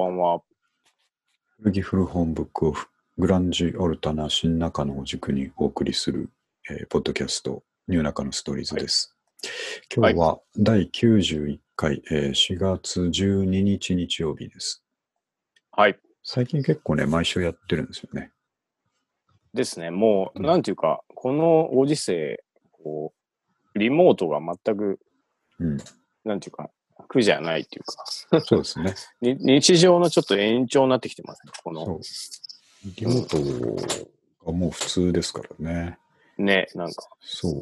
んは。 古着古本ブックオフ、グランジオルタナ新中野を軸にお送りする、ポッドキャスト、ニューナカのストーリーズです。今日は第91回、4月12日日曜日です。 はい。 最近結構ね、毎週やってるんですよね。 ですね。もう、なんていうか、このご時世、リモートが全く、なんていうか、苦じゃないっていうか。 そうですね。 日常のちょっと延長になってきてますね。 そう。リモートがもう普通ですからね。 ね、なんか。 そう。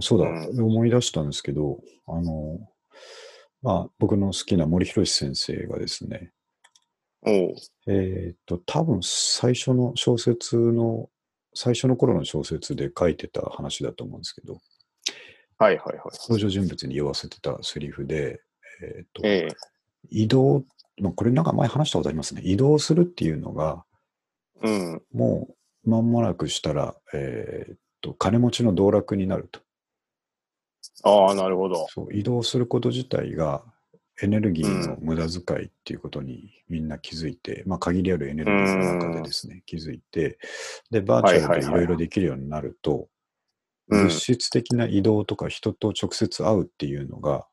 そうだ、思い出したんですけど、僕の好きな森博先生がですね、多分最初の頃の小説で書いてた話だと思うんですけど、 はいはいはい。 登場人物に言わせてたセリフで、移動、これなんか前話したことありますね。移動するっていうのが、もう間もなくしたら、金持ちの道楽になると。 ああ、なるほど。 そう、移動すること自体がエネルギーの無駄遣いっていうことにみんな気づいて、限りあるエネルギーの中でですね、気づいて、で、バーチャルでいろいろできるようになると、物質的な移動とか人と直接会うっていうのが、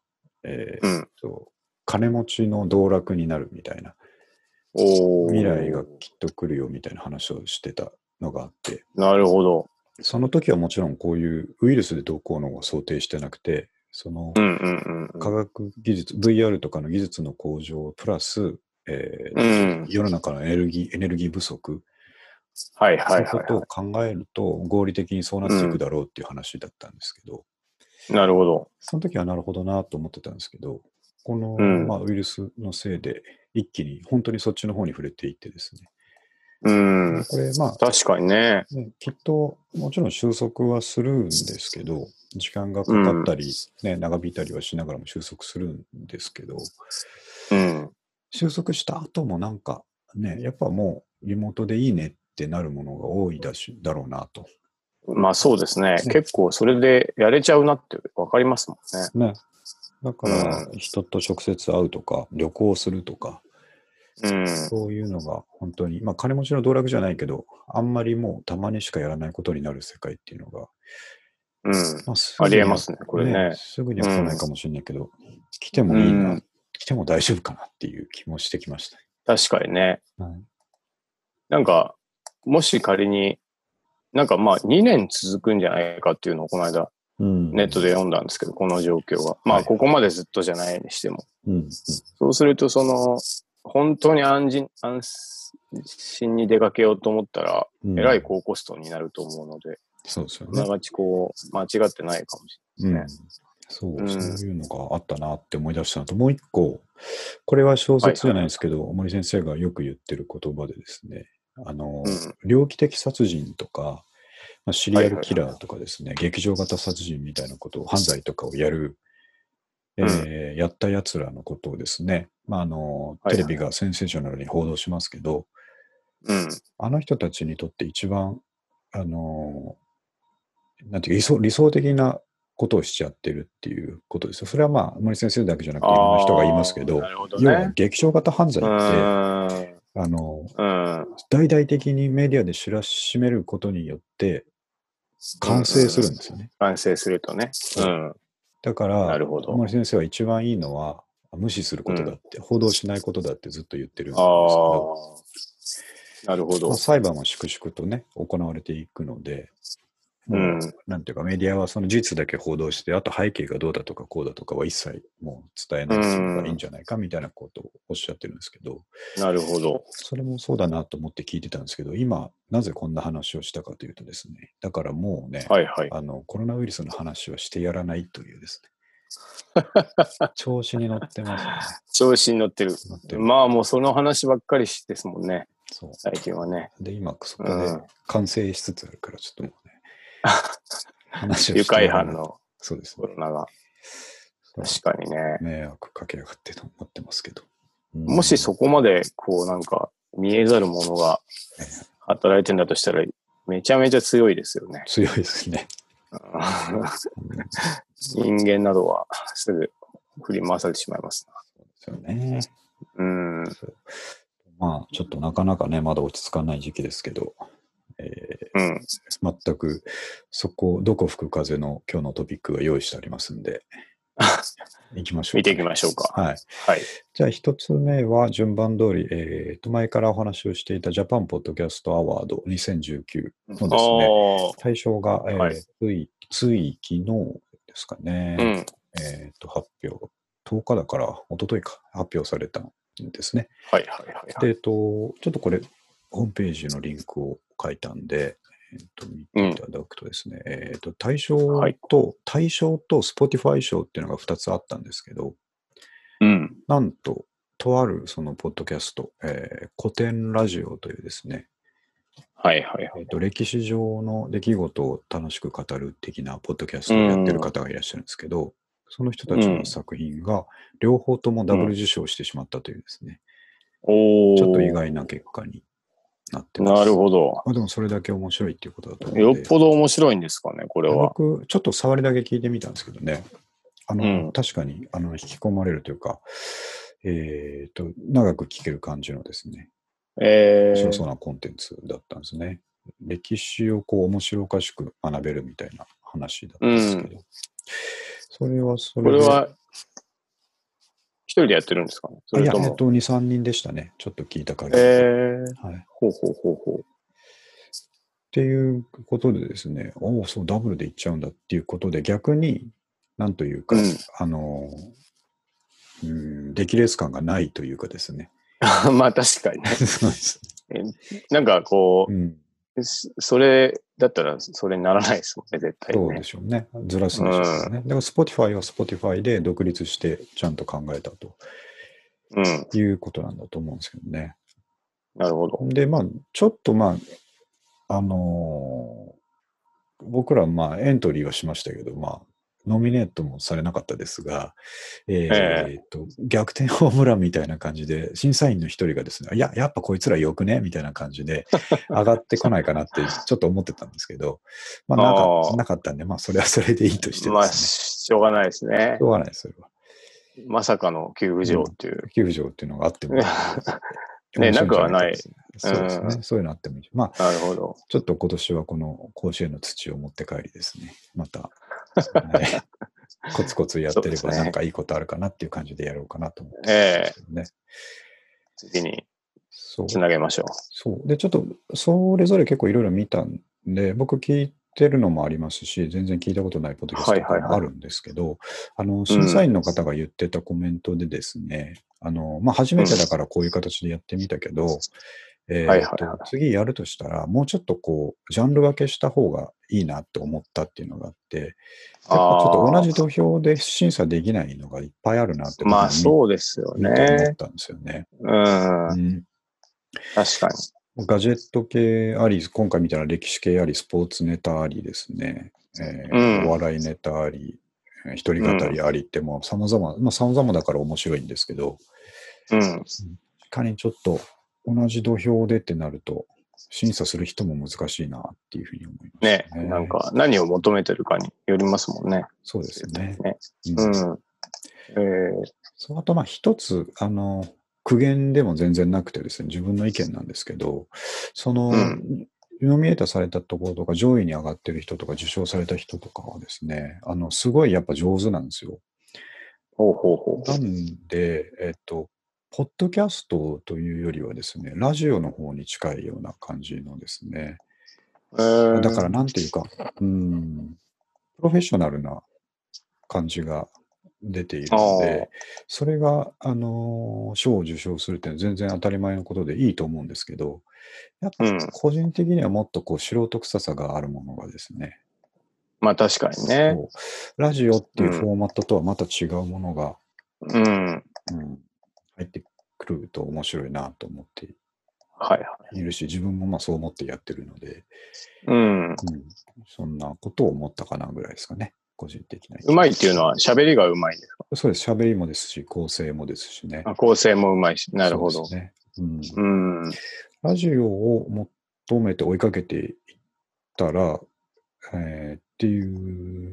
金持ちの道楽になるみたいな、未来がきっと来るよみたいな話をしてたのがあって、 なるほど。 その時はもちろんこういうウイルスでどうこうのを想定してなくて、その科学技術、VR とかの技術の向上プラス、世の中のエネルギー不足、そういうことを考えると合理的にそうなっていくだろうっていう話だったんですけど、 なるほど。 その時はなるほどなと思ってたんですけど、この、ウイルスのせいで一気に本当にそっちの方に触れていってですね。これ確かにね。 きっともちろん収束はするんですけど、時間がかかったり、長引いたりはしながらも収束するんですけど、収束した後もなんかね、やっぱもうリモートでいいねってなるものが多いだろうなと。 まあそうですね。結構それでやれちゃうなってわかりますもんね。 だから人と直接会うとか旅行するとか、そういうのが本当に、金持ちの道楽じゃないけど、あんまりもうたまにしかやらないことになる世界っていうのが、 ありえますね、これね。 すぐには来ないかもしれないけど、来てもいいな、来ても大丈夫かなっていう気もしてきました。 確かにね。なんか、もし仮に、なんか2年続くんじゃないかっていうのをこの間、ネットで読んだんですけど、この状況が。ここまでずっとじゃないにしても。そうすると、本当に安心に出かけようと思ったら、えらい高コストになると思うので、 そうですよね。 ながち間違ってないかもしれないですね。 そういうのがあったなって思い出したのと、もう一個、これは小説じゃないですけど、森先生がよく言ってる言葉でですね、猟奇的殺人とか、シリアルキラーとかですね、劇場型殺人みたいなことを、犯罪とかをやる、やった奴らのことをですね、テレビがセンセーショナルに報道しますけど、あの人たちにとって一番、なんていうか理想的なことをしちゃってるっていうことですよ。それは森先生だけじゃなくていろんな人が言いますけど、要は劇場型犯罪って、大々的にメディアで知らしめることによって完成するんですよね。 完成するとね。 だから、森先生は一番いいのは無視することだって、報道しないことだってずっと言ってるんですけど、 なるほど。 裁判は粛々とね、行われていくので、もう、なんていうかメディアはその事実だけ報道して、あと背景がどうだとかこうだとかは一切もう伝えないっていうのがいいんじゃないかみたいなことをおっしゃってるんですけど、 なるほど。 それもそうだなと思って聞いてたんですけど、今、なぜこんな話をしたかというとですね、だからもうね、コロナウイルスの話はしてやらないというですね、調子に乗ってますね。 調子に乗ってる。もうその話ばっかりですもんね。 そう。 最近はね。 で、今、そこで完成しつつあるから、ちょっともうね、話を愉快犯のそうですコロナが。確かにね。 迷惑かけやがってと思ってますけど。 もしそこまで、なんか、見えざるものが働いてんだとしたら、めちゃめちゃ強いですよね。 強いですね。 人間などはすぐ振り回されてしまいます。 そうですよね。 まあ、ちょっとなかなかね、まだ落ち着かない時期ですけど、全くどこ吹く風の今日のトピックが用意してありますんで、行きましょうか、ね。 見ていきましょうか。 はい。 はい。 じゃあ一つ目は順番通り、前からお話をしていたジャパンポッドキャストアワード2019のですね、対象が、つい昨日ですかね、発表、10日だから、一昨日か、発表されたんですね。 はいはいはい、 で、ちょっとこれ、ホームページのリンクを書いたんで、見ていただくとですね、対象と Spotify 賞っていうのが2つあったんですけど、なんと、とあるそのポッドキャスト、古典ラジオというですね、歴史上の出来事を楽しく語る的なポッドキャストをやってる方がいらっしゃるんですけど、その人たちの作品が両方ともダブル受賞してしまったというですね、ちょっと意外な結果になってます。 なるほど。 でもそれだけ面白いっていうことだと思うので。 よっぽど面白いんですかね、これは。 僕、ちょっと触りだけ聞いてみたんですけどね。確かに、引き込まれるというか、長く聞ける感じのですね、面白そうなコンテンツだったんですね。歴史をこう面白おかしく学べるみたいな話だったんですけど、それはそれで。 これは、一人でやってるんですかね、それとも。 2、3人でしたね。ちょっと聞いた限り。 はい。ほう。 っていうことでですね、そう、ダブルでいっちゃうんだっていうことで、逆に、なんというか、出来レース感がないというかですね。 まあ確かにね。 そうです。 なんかこう、それだったらそれにならないですもんね、絶対ね。 そうでしょうね。ずらすんでしょうね。でも Spotify は Spotify で独立してちゃんと考えたと、いうことなんだと思うんですけどね。 なるほど。 で、まあ、ちょっと僕らエントリーはしましたけど、ノミネートもされなかったですが、逆転ホームランみたいな感じで、審査員の一人がですね、やっぱこいつらよくねみたいな感じで、上がってこないかなってちょっと思ってたんですけど、なかったんで、それはそれでいいとしてですね。しょうがないですね。 しょうがないです、それは。 まさかの急浮上っていう。 急浮上っていうのがあってもね、なくはない。 そうですね。そういうのあってもいい。 なるほど。 ちょっと今年はこの甲子園の土を持って帰りですね。また、コツコツやってればなんかいいことあるかなっていう感じでやろうかなと思ってますね。 次につなげましょう。 そう。で、ちょっとそれぞれ結構いろいろ見たんで、僕聞いてるのもありますし、全然聞いたことないポッドキャストもあるんですけど、審査員の方が言ってたコメントでですね、初めてだからこういう形でやってみたけど、次やるとしたら、もうちょっとこう、ジャンル分けした方がいいなって思ったっていうのがあって、やっぱちょっと同じ土俵で審査できないのがいっぱいあるなって、 そうですよね。 見て思ったんですよね。 確かに。ガジェット系あり、今回見たら歴史系あり、スポーツネタありですね。お笑いネタあり、一人語りありってもう様々だから面白いんですけど、確かにちょっと同じ土俵でってなると、審査する人も難しいなっていうふうに思いますね。なんか何を求めてるかによりますもんね。 そうですね。あと一つ、苦言でも全然なくてですね、自分の意見なんですけど、ノミネートされたところとか、上位に上がってる人とか、受賞された人とかはですね、すごいやっぱ上手なんですよ。なんで、ポッドキャストというよりはですね、ラジオの方に近いような感じのですね、だからなんていうか、プロフェッショナルな感じが出ているので、それが、賞を受賞するっていうのは全然当たり前のことでいいと思うんですけど、やっぱ個人的にはもっとこう素人臭さがあるものがですね、 確かにね。 ラジオっていうフォーマットとはまた違うものが、入ってくると面白いなと思っているし、自分もそう思ってやってるので、そんなことを思ったかなぐらいですかね。個人的な。 うまいっていうのは喋りがうまいんですか？ そうです。喋りもですし、構成もですしね。 構成もうまいし。なるほど。 ね。ラジオを求めて追いかけていったら、っていう、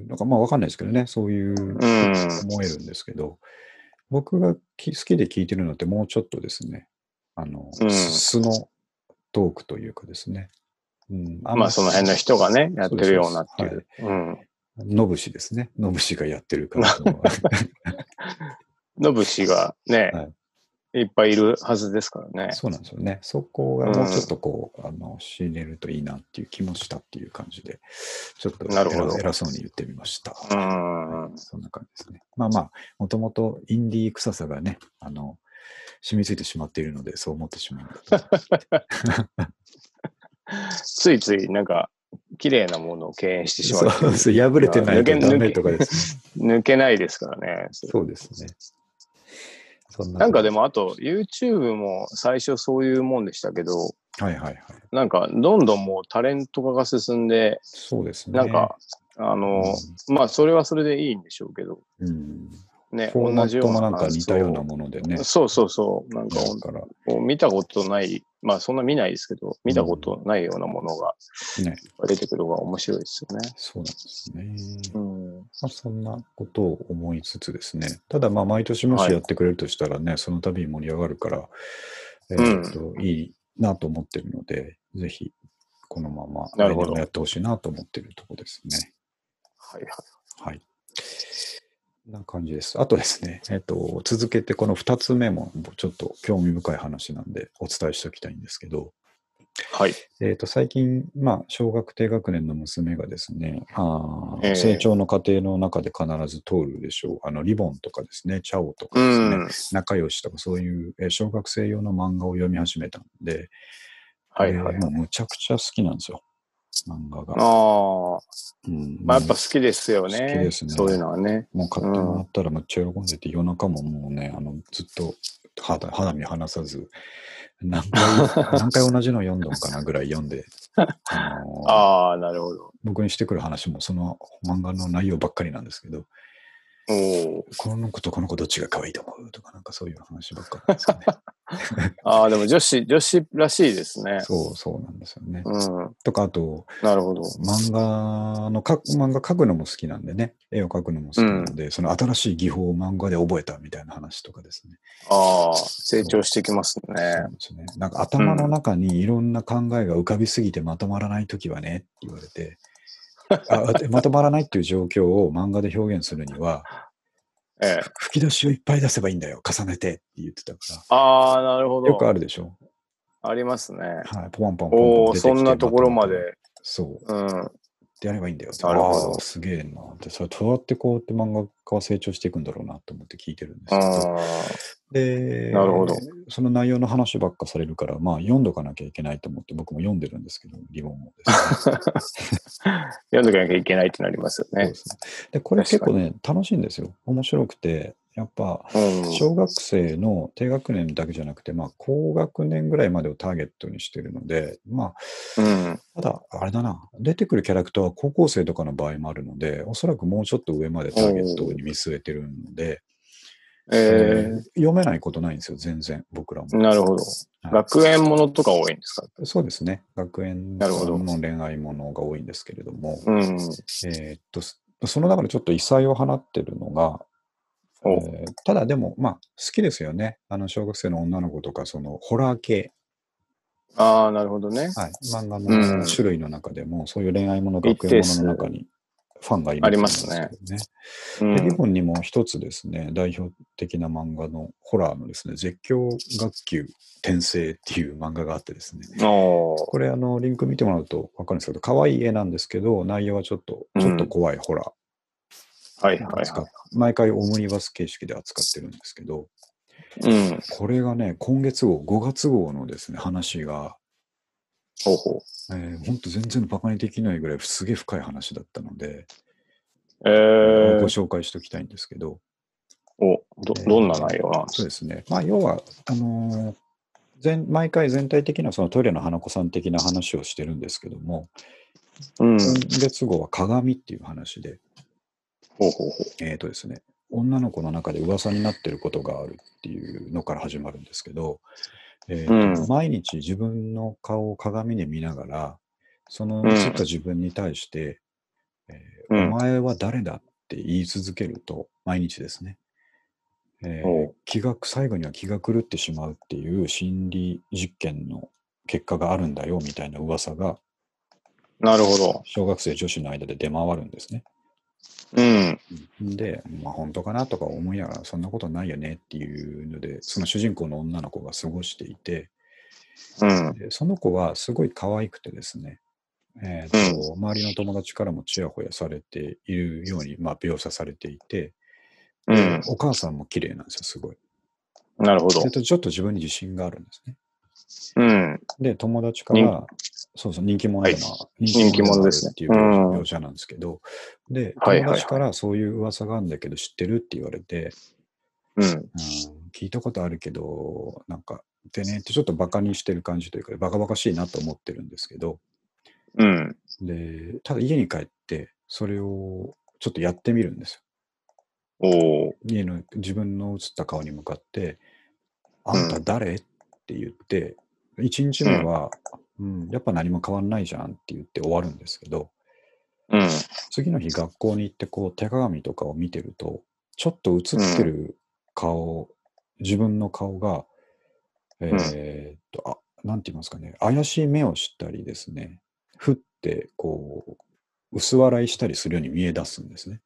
なんかわかんないですけどね。そういう思えるんですけど、僕が好きで聞いてるのってもうちょっとですね、 素のトークというかですね。 まあその辺の人がね、やってるようなっていう。 のぶしですね。のぶしがやってる感じの。 のぶしがね、いっぱいいるはずですからね。 そうなんですよね。そこがもうちょっとこう、仕入れるといいなっていう気もしたっていう感じで、ちょっと偉そうに言ってみました。そんな感じですね。まあまあ、もともとインディー臭さがね、染みついてしまっているので、そう思ってしまう。 ついついなんか、綺麗なものを敬遠してしまう。 そう、破れてないとダメとかですね。抜けないですからね。 そうですね。 なんかでもあと YouTube も最初そういうもんでしたけど、なんかどんどんもうタレント化が進んで、 そうですね。 なんか、まあそれはそれでいいんでしょうけど、 ね、フォーマットもなんか似たようなものでね。 そう。なんか見たことない、まあそんな見ないですけど、見たことないようなものが出てくるのが面白いですよね。 そうなんですね。まあ、そんなことを思いつつですね。ただまあ毎年もしやってくれるとしたらね、その度に盛り上がるから、いいなと思ってるので、ぜひこのまま来年もやってほしいなと思ってるところですね。はい。な感じです。あとですね、続けてこの2つ目もちょっと興味深い話なんでお伝えしておきたいんですけど、最近、小学低学年の娘がですね、成長の過程の中で必ず通るでしょう。リボンとかですね、チャオとかですね、仲良しとかそういう小学生用の漫画を読み始めたんで、もうむちゃくちゃ好きなんですよ。漫画が。 まあやっぱ好きですよね。 好きですね。 そういうのはね。 もう買ってもらったらむっちゃ喜んでて、夜中ももうね、ずっと肌身離さず、何回同じの読んだのかなぐらい読んで、 なるほど。 僕にしてくる話もその漫画の内容ばっかりなんですけど、この子とこの子どっちが可愛いと思うとか、なんかそういう話ばっかりですかね。 でも女子らしいですね。 そうなんですよね。とか、あと、 なるほど。 漫画描くのも好きなんでね、絵を描くのも好きなので、その新しい技法を漫画で覚えたみたいな話とかですね。 成長してきますね。そうですね。なんか頭の中にいろんな考えが浮かびすぎてまとまらないときはねって言われて、まとまらないっていう状況を漫画で表現するには、吹き出しをいっぱい出せばいいんだよ、重ねてって言ってたから。 なるほど。 よくあるでしょ。 ありますね。 はい、ポンポンポンポン出てきて。 そんなところまで。 そう。ってやればいいんだよ。 なるほど。 すげえなって、どうやってこうやって漫画家は成長していくんだろうなと思って聞いてるんですけど。で、 なるほど。 その内容の話ばっかされるから、読んどかなきゃいけないと思って僕も読んでるんですけど、リボンをですね。 読んどかなきゃいけないってなりますよね。 そうですね。で、これ結構ね、楽しいんですよ。面白くて、やっぱ、小学生の低学年だけじゃなくて、高学年ぐらいまでをターゲットにしてるので、ただ、あれだな、出てくるキャラクターは高校生とかの場合もあるので、おそらくもうちょっと上までターゲットに見据えてるので、読めないことないんですよ、全然、僕らも。 なるほど。学園ものとか多いんですか？ そうですね。学園の恋愛ものが多いんですけれども、その中でちょっと異彩を放ってるのが、ただでも、好きですよね。小学生の女の子とか、その、ホラー系。 なるほどね。 はい。漫画の種類の中でも、そういう恋愛もの、学園ものの中にファンがいるんですけどね。で、リボンにも一つですね、代表的な漫画のホラーのですね、絶叫学級転生っていう漫画があってですね。これ、リンク見てもらうとわかるんですけど、可愛い絵なんですけど、内容はちょっと怖いホラー。毎回オムニバス形式で扱ってるんですけど、これがね、今月号、5月号のですね、話が、ほんと全然バカにできないぐらいすげえ深い話だったので、ご紹介しておきたいんですけど。 どんな内容なんですか？ そうですね。要は、毎回全体的なそのトイレの花子さん的な話をしてるんですけども、今月号は鏡っていう話で、ですね、女の子の中で噂になってることがあるっていうのから始まるんですけど、毎日自分の顔を鏡で見ながら、その映った自分に対して、お前は誰だって言い続けると、毎日ですね、 最後には気が狂ってしまうっていう心理実験の結果があるんだよみたいな噂が、 なるほど。 小学生女子の間で出回るんですね。 うん。 で、まあ本当かなとか思いながら、そんなことないよねっていうので、その主人公の女の子が過ごしていて、でその子はすごい可愛くてですね、周りの友達からもちやほやされているように、まあ、描写されていて、お母さんも綺麗なんですよ、すごい。 なるほど。 ちょっと自分に自信があるんですね。 で、友達から、そうそう、人気者でも、 人気者ですね。 っていう描写なんですけど、で、友達からそういう噂があるんだけど知ってるって言われて、聞いたことあるけど、なんか、でね、ってちょっとバカにしてる感じというか、バカバカしいなと思ってるんですけど、で、ただ家に帰って、それをちょっとやってみるんですよ。家の自分の映った顔に向かって、あんた誰って言って、1日目は、やっぱ何も変わんないじゃんって言って終わるんですけど、次の日学校に行ってこう手鏡とかを見てると、ちょっと映ってる顔、自分の顔が、なんて言いますかね、怪しい目をしたりですね、ふってこう、薄笑いしたりするように見え出すんですね。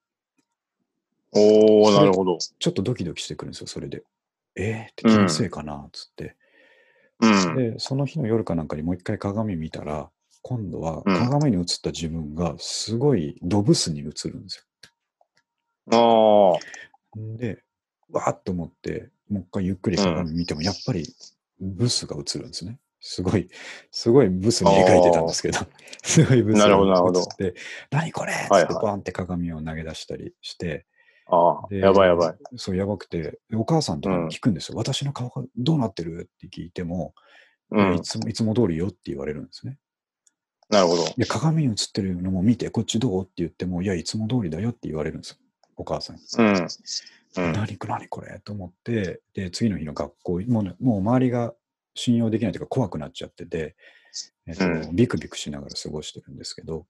なるほど。 ちょっとドキドキしてくるんですよ、それで。って気のせいかな、つって。で、その日の夜かなんかにもう一回鏡見たら、今度は鏡に映った自分がすごいドブスに映るんですよ。で、わーっと思って、もう一回ゆっくり鏡見ても、やっぱりブスが映るんですね。すごいブスに描いてたんですけど、すごいブスが映って、何これっつってバーンって鏡を投げ出したりして、 やばいやばい。 そう、やばくて、お母さんとかに聞くんですよ。私の顔がどうなってるって聞いても、いつも通りよって言われるんですね。 なるほど。 で、鏡に映ってるのも見て、こっちどうって言っても、いや、いつも通りだよって言われるんですよ。お母さんに。何これと思って、で、次の日の学校、もう周りが信用できないというか怖くなっちゃってて、ビクビクしながら過ごしてるんですけど、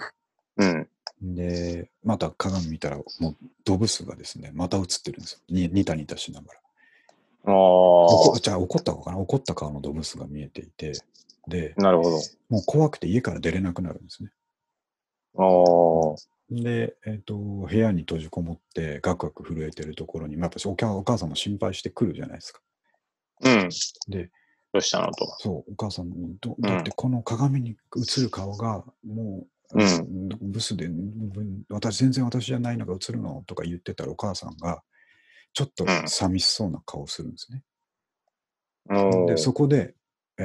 で、また鏡見たら、もうドブスがですね、また映ってるんですよ。ニタニタしながら。怒ったのかな、怒った顔のドブスが見えていて、で、 なるほど。 もう怖くて家から出れなくなるんですね。で、部屋に閉じこもって、ガクガク震えてるところに、やっぱりお母さんも心配してくるじゃないですか。で、 どうしたのと。 そう、お母さんに、だってこの鏡に映る顔が、もう、ブスで、全然私じゃないのが映るのとか言ってたら、お母さんが、ちょっと寂しそうな顔をするんですね。で、そこで、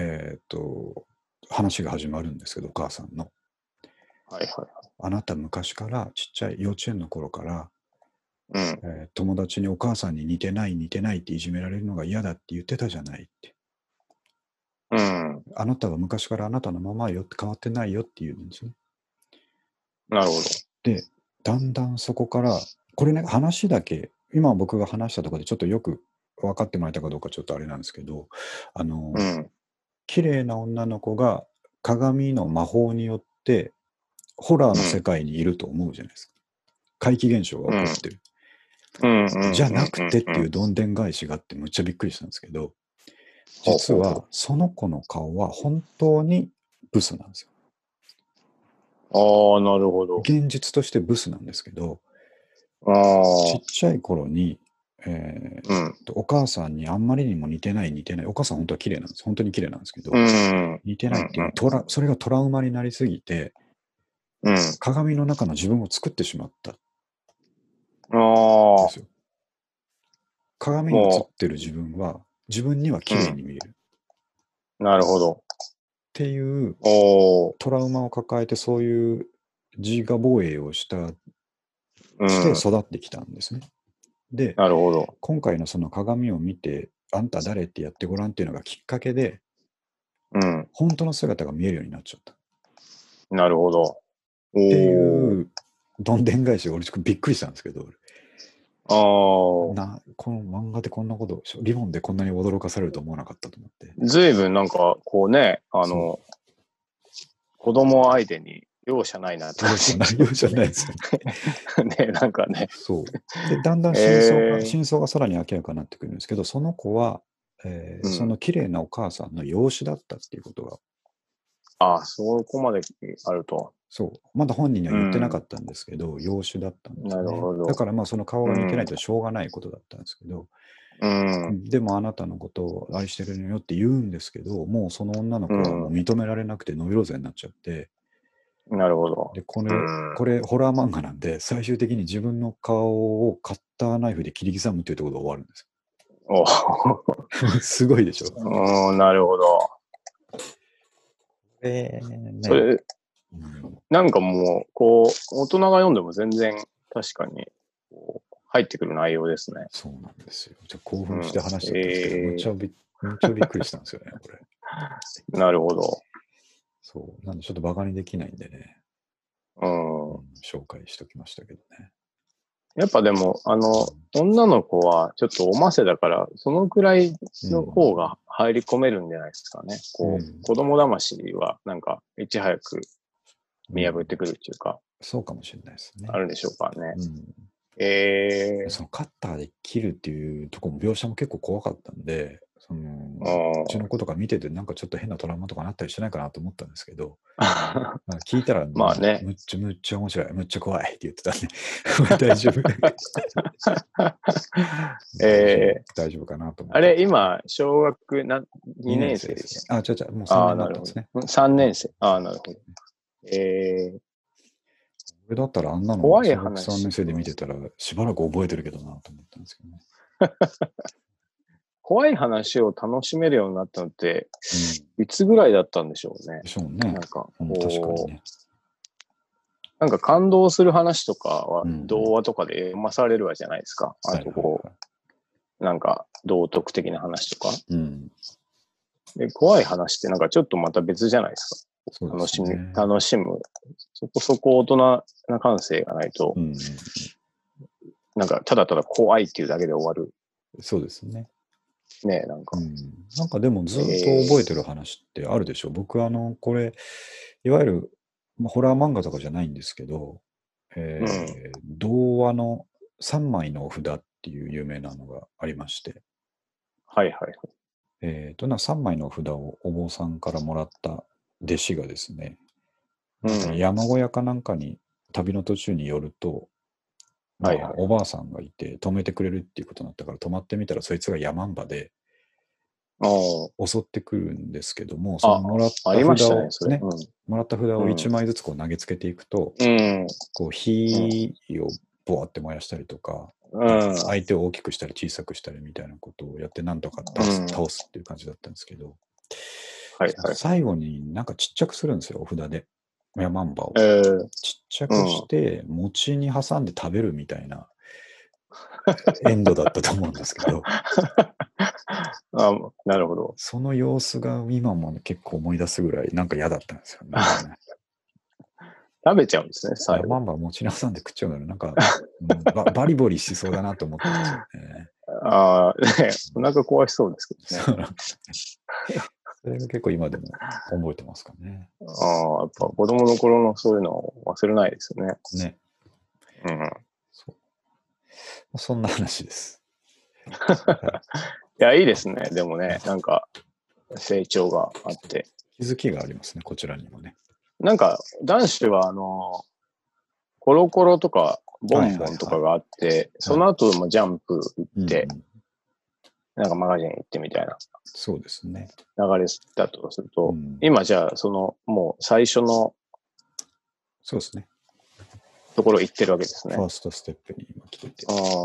話が始まるんですけど、お母さんの。あなた昔からちっちゃい幼稚園の頃から、友達にお母さんに似てないっていじめられるのが嫌だって言ってたじゃないって。あなたは昔からあなたのままよって変わってないよって言うんですね。 なるほど。 で、だんだんそこから、これね、話だけ、今僕が話したところでちょっとよく分かってもらえたかどうかちょっとあれなんですけど、綺麗な女の子が鏡の魔法によってホラーの世界にいると思うじゃないですか。怪奇現象が起こってる。じゃなくてっていうどんでん返しがあってむっちゃびっくりしたんですけど、実はその子の顔は本当にブスなんですよ。 なるほど。 現実としてブスなんですけど、ちっちゃい頃に、お母さんにあんまりにも似てない。お母さん本当は綺麗なんです。本当に綺麗なんですけど、似てないっていうそれがトラウマになりすぎて、鏡の中の自分を作ってしまったんですよ。鏡に映ってる自分は、自分には綺麗に見える。 なるほど。 っていうトラウマを抱えて、そういう自我防衛をして育ってきたんですね。で、 なるほど。 今回のその鏡を見て、あんた誰ってやってごらんっていうのがきっかけで、本当の姿が見えるようになっちゃった。 なるほど。 っていう、どんでん返し、俺びっくりしたんですけど、この漫画でこんなこと、リボンでこんなに驚かされると思わなかったと思って。 随分なんか、こうね、子供相手に容赦ないなって。 容赦ないですよね。ね、なんかね。 そう。で、だんだん真相がさらに明らかになってくるんですけど、その子は、その綺麗なお母さんの養子だったっていうことが。 ああ、そこまであると。 そう。まだ本人には言ってなかったんですけど、養子だったんですね。 なるほど。 だからまあその顔が似てないとしょうがないことだったんですけど、でもあなたのことを愛してるのよって言うんですけど、もうその女の子はもう認められなくてノイローゼになっちゃって、 なるほど。 で、これホラー漫画なんで、最終的に自分の顔をカッターナイフで切り刻むっていうところで終わるんですよ。すごいでしょ。 なるほど。それ、なんかもう、こう、大人が読んでも全然確かに入ってくる内容ですね。 そうなんですよ。じゃ興奮して話しちゃったんですけど、むちゃびっくりしたんですよね、これ。 なるほど。 そう。なんでちょっとバカにできないんでね。紹介しときましたけどね。 やっぱでも、女の子はちょっとおませだから、そのくらいの方が入り込めるんじゃないですかね。こう、子供魂はなんか、いち早く見破ってくるっていうか。 そうかもしれないですね。 あるんでしょうかね。 そのカッターで切るっていうところも描写も結構怖かったんで、うちの子とか見ててなんかちょっと変なトラウマとかなったりしないかなと思ったんですけど、聞いたら、 まあね。 むっちゃ面白い、むっちゃ怖いって言ってたんで、大丈夫。大丈夫かなと思って。 あれ、今、小学2年生ですあ、違う、もう3年になったんですね。 3年生。なるほど。 これだったらあんなの小学 3年生で見てたらしばらく覚えてるけどなと思ったんですけどね。 怖い話を楽しめるようになったのって、いつぐらいだったんでしょうね。 でしょうね。 なんか、 確かにね。 なんか感動する話とかは童話とかで読まされるわけじゃないですか。あとこう、なんか道徳的な話とか。で怖い話ってなんかちょっとまた別じゃないですか。楽しむ。そこそこ大人な感性がないと、なんかただただ怖いっていうだけで終わる。 そうですね。 ねえ、なんか。 なんかでもずっと覚えてる話ってあるでしょ。僕これ、いわゆる、ホラー漫画とかじゃないんですけど、童話の3枚のお札っていう有名なのがありまして。 はいはいはい。 3枚の札をお坊さんからもらった弟子がですね、山小屋かなんかに旅の途中に寄ると、おばあさんがいて止めてくれるっていうことになったから泊まってみたらそいつが山んばで襲ってくるんですけども、そのもらった札をね、もらった札を1枚ずつこう投げつけていくと、こう火をボワって燃やしたりとか、相手を大きくしたり小さくしたりみたいなことをやってなんとか倒すっていう感じだったんですけど、最後になんかちっちゃくするんですよ、お札で。山んばを。ちっちゃくして、餅に挟んで食べるみたいなエンドだったと思うんですけど。 なるほど。 その様子が今も結構思い出すぐらいなんか嫌だったんですよね。 食べちゃうんですね、最後。 山んば餅に挟んで食っちゃうのなんか、バリボリしそうだなと思ったんですよね。 お腹壊しそうですけどね。 それが結構今でも覚えてますかね。 やっぱ子供の頃のそういうのを忘れないですよね。 ね。そんな話です。 いや、いいですね。でもね、なんか成長があって。 気づきがありますね、こちらにもね。 なんか、男子はコロコロとかボンボンとかがあって、その後もジャンプ行って、なんかマガジン行ってみたいな。 そうですね。 流れだとすると、今じゃあ、もう最初の、 そうですね。 ところ行ってるわけですね。 ファーストステップに今来てて。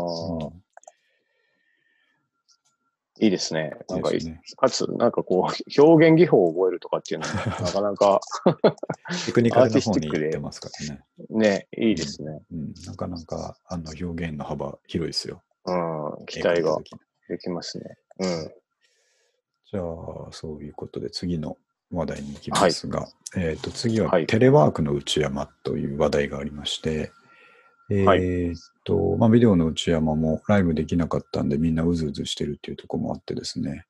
いいですね。なんか、かつ、なんかこう、表現技法を覚えるとかっていうのも、なかなかテクニカルな方に行ってますからね。 ね、いいですね。 なかなか、表現の幅広いですよ。 期待ができますね。 じゃあ、そういうことで次の話題に行きますが、次はテレワークの内山という話題がありまして、ビデオの内山もライブできなかったんでみんなうずうずしてるっていうところもあってですね、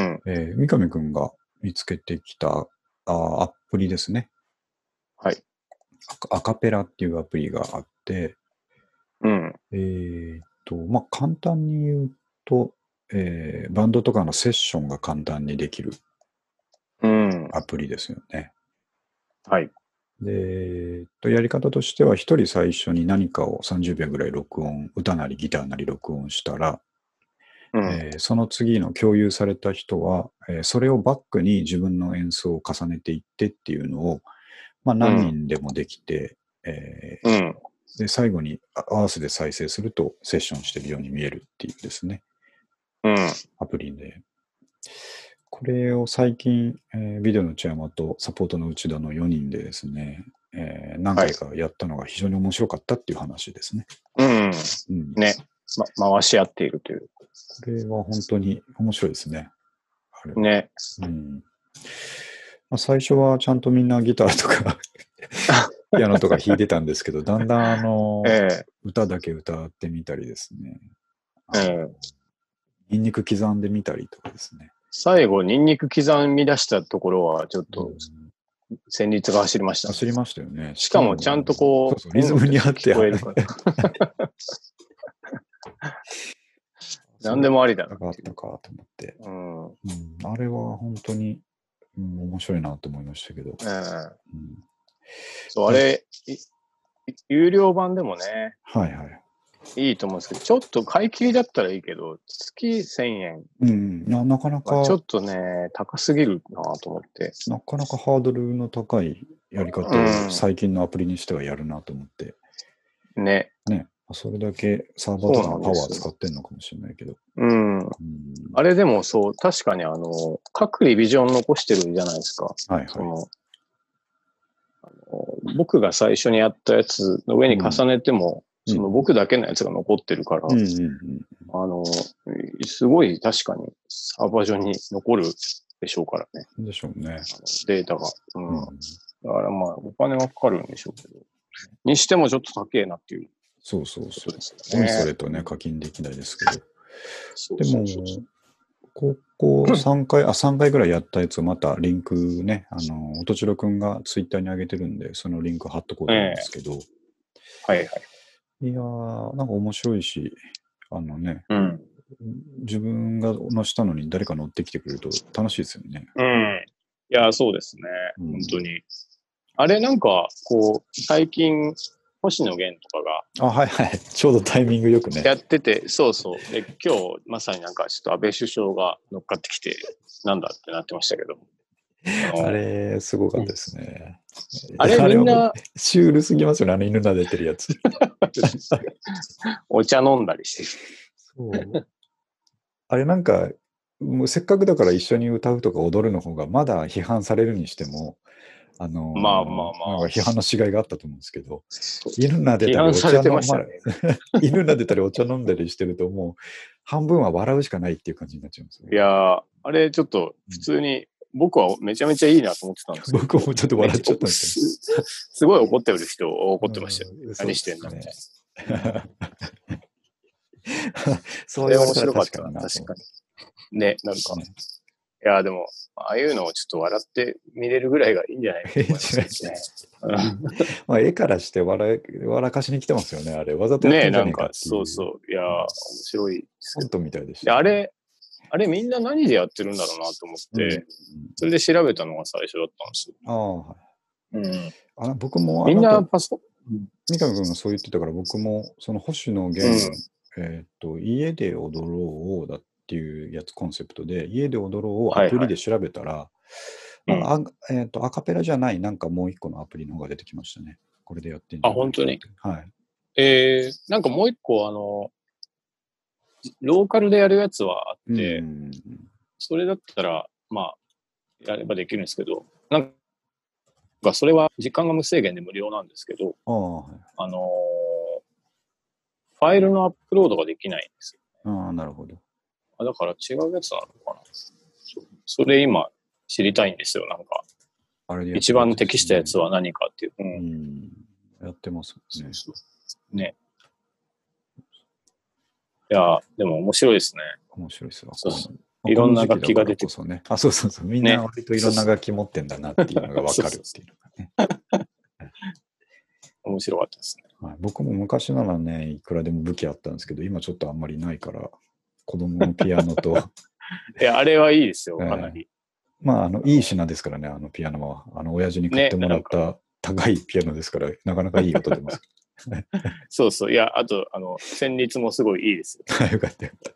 三上くんが見つけてきたアプリですね。 アカペラっていうアプリがあって、 うん。 まあ、簡単に言うと、バンドとかのセッションが簡単にできるうん。 アプリですよね。 はい。 で、やり方としては、一人最初に何かを30秒ぐらい録音、歌なりギターなり録音したら、 うん。 その次の共有された人は、それをバックに自分の演奏を重ねていってっていうのを、まあ、何人でもできて、 うん。 で、最後に合わせて再生するとセッションしてるように見えるっていうですね、 うん。 アプリで。これを最近、ビデオの内山とサポートの内田の4人でですね、何回かやったのが非常に面白かったっていう話ですね。 うん。 うん、 ね。回し合っているという。 これは本当に面白いですね。あれは。 ね。 うんまあ、最初はちゃんとみんなギターとかピアノとか弾いてたんですけど、だんだん歌だけ歌ってみたりですね。ニンニク刻んでみたりとかですね。 最後、ニンニク刻み出したところは、ちょっと、旋律が走りました、 走りましたよね。 しかも、ちゃんとこう、 リズムに合って聞こえるから。何でもありだな。 あったかと思って。あれは本当に、面白いなと思いましたけど。 そう、あれ、有料版でもね。 はいはい。 いいと思うんですけど、ちょっと買い切りだったらいいけど、月1000円。 なかなか。 ちょっとね、高すぎるなと思って。 なかなかハードルの高いやり方を最近のアプリにしてはやるなと思って。 ね。 それだけサーバーとかのパワー使ってんのかもしれないけど。 あれでもそう、確かに各リビジョン残してるじゃないですか。 はいはい。 僕が最初にやったやつの上に重ねても、その僕だけのやつが残ってるから、すごい確かにサーバー上に残るでしょうからね。 でしょうね。 データが。だからまあ、お金はかかるんでしょうけど。にしてもちょっと高えなっていう。 そうそうそう。それとね、課金できないですけど。でも、ここ3回ぐらいやったやつをまたリンクね、音千代くんがツイッターに上げてるんで、そのリンク貼っとこうと思うんですけど。 はいはい。 いやー、なんか面白いし、自分が乗したのに誰か乗ってきてくれると楽しいですよね。 いや、そうですね。本当に。あれなんか、こう、最近、星野源とかが。 はいはい。ちょうどタイミングよくね。 やってて、そうそう。で、今日、まさになんかちょっと安倍首相が乗っかってきて、なんだってなってましたけど。 あれ、すごかったですね。 あれみんな、 シュールすぎますよね、犬撫でてるやつ。 お茶飲んだりしてる。 そう。あれなんか、もうせっかくだから一緒に歌うとか踊るの方がまだ批判されるにしても、 まあ。 批判のしがいがあったと思うんですけど、犬撫でたりお茶飲んだり、 犬撫でたりお茶飲んだりしてるともう半分は笑うしかないっていう感じになっちゃうんですよね。 いやあれちょっと普通に、僕はめちゃめちゃいいなと思ってたんですけど。 僕もちょっと笑っちゃったんですけど。すごい怒ってる人怒ってましたよね。何してんだみたいな。 そういう面白かった。 確かに。ね、なんか。いや、でも、ああいうのをちょっと笑って見れるぐらいがいいんじゃないかと思いますね。 まあ、絵からして笑かしに来てますよね、あれ。わざとやってんじゃねえかっていう。そうそう。いや、面白い。 コントみたいでした。 あれみんな何でやってるんだろうなと思って、それで調べたのが最初だったんですよ。 僕もみんなパソコン。三上君がそう言ってたから、僕もその星野源、家で踊ろうだっていうやつコンセプトで、家で踊ろうをアプリで調べたら、アカペラじゃないなんかもう一個のアプリの方が出てきましたね。これでやってんじゃないか。 本当に。 はい。 なんかもう一個ローカルでやるやつはあって、それだったら、まあ、やればできるんですけど、なんかそれは時間が無制限で無料なんですけど、ファイルのアップロードができないんですよ。なるほど。 だから違うやつなのかな。それ今知りたいんですよ、なんか。一番適したやつは何かっていう。 やってますね。 ね。いや、でも面白いですね。 面白いですよ。 いろんな楽器が出てくる。そう。みんな割といろんな楽器持ってんだなっていうのがわかるっていうのがね。 面白かったですね。 はい、僕も昔ならね、いくらでも武器あったんですけど、今ちょっとあんまりないから、子供のピアノと。 いや、あれはいいですよ、かなり。 まあ、いい品ですからね、ピアノは。親父に買ってもらった高いピアノですから、なかなかいい音出ます。 そうそう。いや、あと、旋律もすごいいいですよ。 よかったよかった。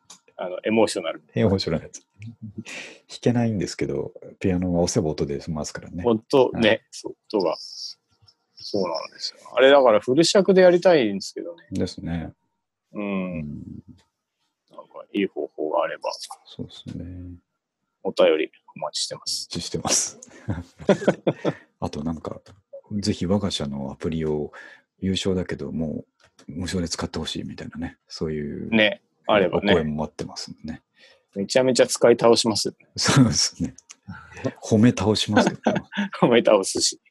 エモーショナル。 エモーショナルやつ。弾けないんですけど、ピアノは押せば音で済ますからね。 音、ね、そう、音が。そうなんですよ。あれだからフル尺でやりたいんですけどね。 ですね。 うん。なんかいい方法があれば。 そうですね。 お便りお待ちしてます。 お待ちしてます。あとなんか、ぜひ我が社のアプリを優勝だけど、もう無償で使ってほしいみたいなね。そういうね、あればね。 お声も待ってますね。 めちゃめちゃ使い倒します。 そうですね。褒め倒しますけど、ね。 褒め倒すし。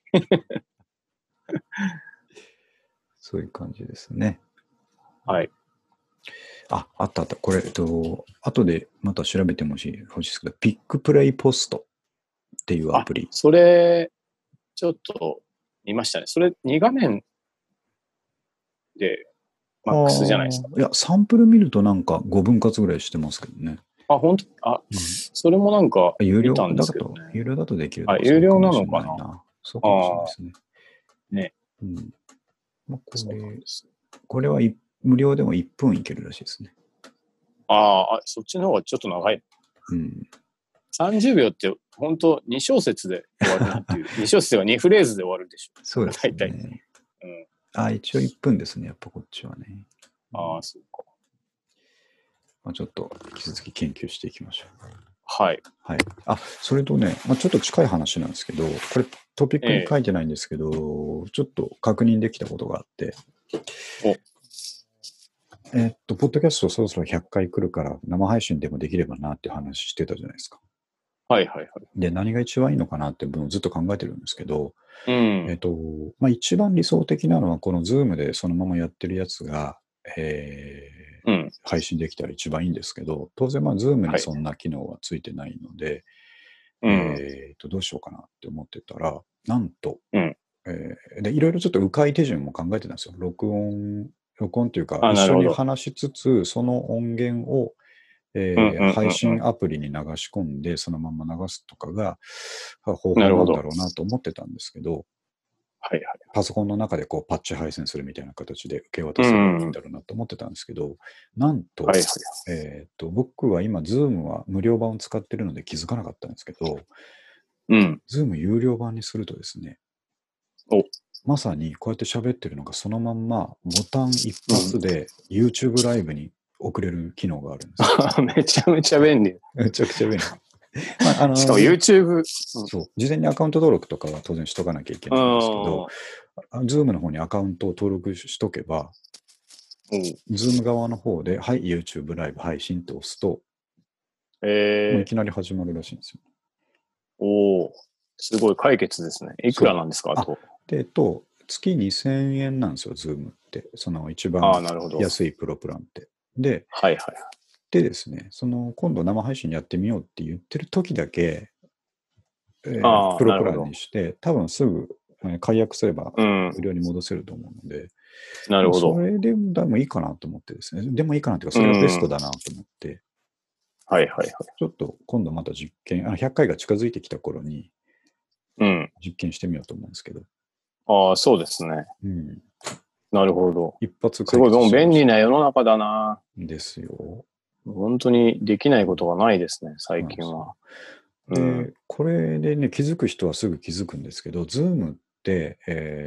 そういう感じですね。 はい。 あった。これ、後でまた調べてほしいですけど、ピックプレイポストっていうアプリ。 それ、ちょっと見ましたね。それ2画面でマックスじゃないですか。 いや、サンプル見るとなんか5分割ぐらいしてますけどね。 本当それもなんか見たんですけど、ね。 有料だとできる有料なのかな。 そうかもしれないですね。 ね。 まあ、これは無料でも1分いけるらしいですね。 そっちの方がちょっと長い。30秒って本当2小節で終わるなっていう。2小節では2フレーズで終わるでしょ。 そうですね。大体。一応1分ですね。やっぱこっちはね。 そうか。 まあ、ちょっと引き続き研究していきましょう。 はい。 はい。それとね、ちょっと近い話なんですけど、これトピックに書いてないんですけど、ちょっと確認できたことがあって、ポッドキャストそろそろ100回来るから生配信でもできればなって話してたじゃないですか。 はいはいはい。 で、何が一番いいのかなって分をずっと考えてるんですけど、一番理想的なのはこの Zoom でそのままやってるやつが、配信できたら一番いいんですけど、当然Zoom にそんな機能はついてないので、どうしようかなって思ってたら、なんと、でいろいろちょっと迂回手順も考えてたんですよ。録音というか、一緒に話しつつ、その音源を、配信アプリに流し込んで、そのまま流すとかが方法なんだろうなと思ってたんですけど、パソコンの中でこうパッチ配線するみたいな形で受け渡せばいいんだろうなと思ってたんですけど、なんと、僕は今、Zoom は無料版を使ってるので気づかなかったんですけど、Zoom 有料版にするとですね、まさにこうやって喋ってるのがそのまんまボタン一発で YouTube ライブに送れる機能があるんですよ。めちゃめちゃ便利。 めちゃくちゃ便利。 しかも YouTube。 そう。事前にアカウント登録とかは当然しとかなきゃいけないんですけど、Zoom の方にアカウントを登録しとけば、Zoom 側の方で、はい、YouTube ライブ配信って押すと、もういきなり始まるらしいんですよ。すごい解決ですね。いくらなんですか月2000円なんですよ、Zoom って。その一番安いプロプランって。で、でですね、今度生配信やってみようって言ってる時だけ、プロプランにして、多分すぐ解約すれば無料に戻せると思うので、 なるほど。 それでもいいかなと思ってですね。でもいいかなというか、それがベストだなと思って、ちょっと今度また実験、100回が近づいてきた頃に、実験してみようと思うんですけど。 そうですね。なるほど。 一発すごい、もう便利な世の中だな。 ですよ。 本当にできないことがないですね、最近は。 で、これでね、気づく人はすぐ気づくんですけど、Zoom って、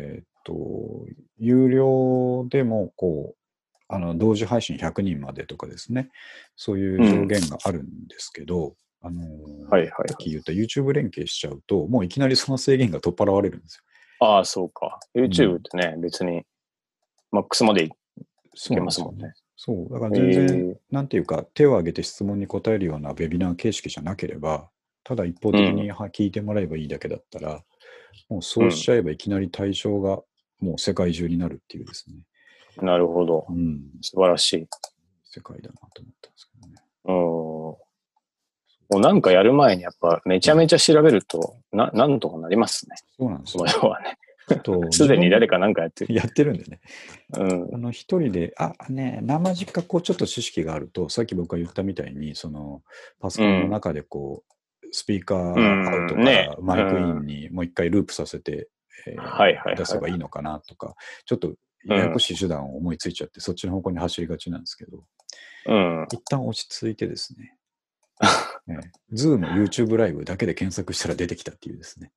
有料でも、同時配信100人までとかですね、そういう上限があるんですけど、さっき言った YouTube 連携しちゃうと、もういきなりその制限が取っ払われるんですよ。そうか。YouTube ってね、別に、マックスまでいけますもんね。 そう。だから全然、なんていうか、手を挙げて質問に答えるようなウェビナー形式じゃなければ、ただ一方的に聞いてもらえばいいだけだったら、もうそうしちゃえばいきなり対象がもう世界中になるっていうですね。 なるほど。素晴らしい。 世界だなと思ったんですけどね。 もうなんかやる前にやっぱめちゃめちゃ調べると、なんとかなりますね。 そうなんですよ。 その要はね。 すでに誰かなんかやってる。 やってるんでね。 うん。 一人で、生実家ちょっと知識があると、さっき僕が言ったみたいに、パソコンの中でスピーカーアウトからマイクインにもう一回ループさせて、出せばいいのかなとか、ちょっとややこしい手段を思いついちゃって、そっちの方向に走りがちなんですけど、一旦落ち着いてですね、ズーム YouTube ライブだけで検索したら出てきたっていうですね。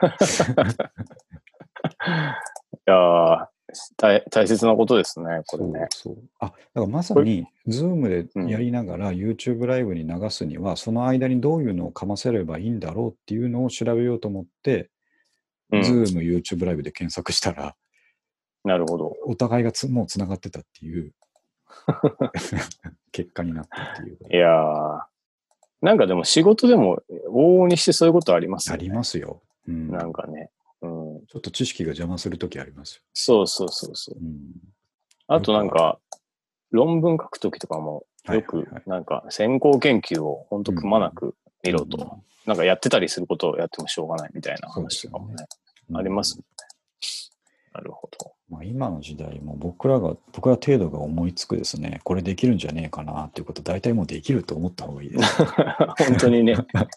いや大切なことですね、これね。 そう。だからまさに、ズームでやりながら YouTube ライブに流すには、その間にどういうのをかませればいいんだろうっていうのを調べようと思って、ズーム YouTube ライブで検索したら、 なるほど。 お互いがもうつながってたっていう結果になったっていう。 いやー、なんかでも仕事でも往々にしてそういうことありますよね。 ありますよ。 なんかね。 ちょっと知識が邪魔するときありますよ。そう。あとなんか、論文書くときとかも、よくなんか先行研究を本当くまなく見ろと、なんかやってたりすることをやってもしょうがないみたいな話とかもね、ありますもんね。なるほど。 今の時代も僕ら程度が思いつくですね、これできるんじゃねえかなっていうこと、大体もうできると思った方がいいです、 ね。本当にね。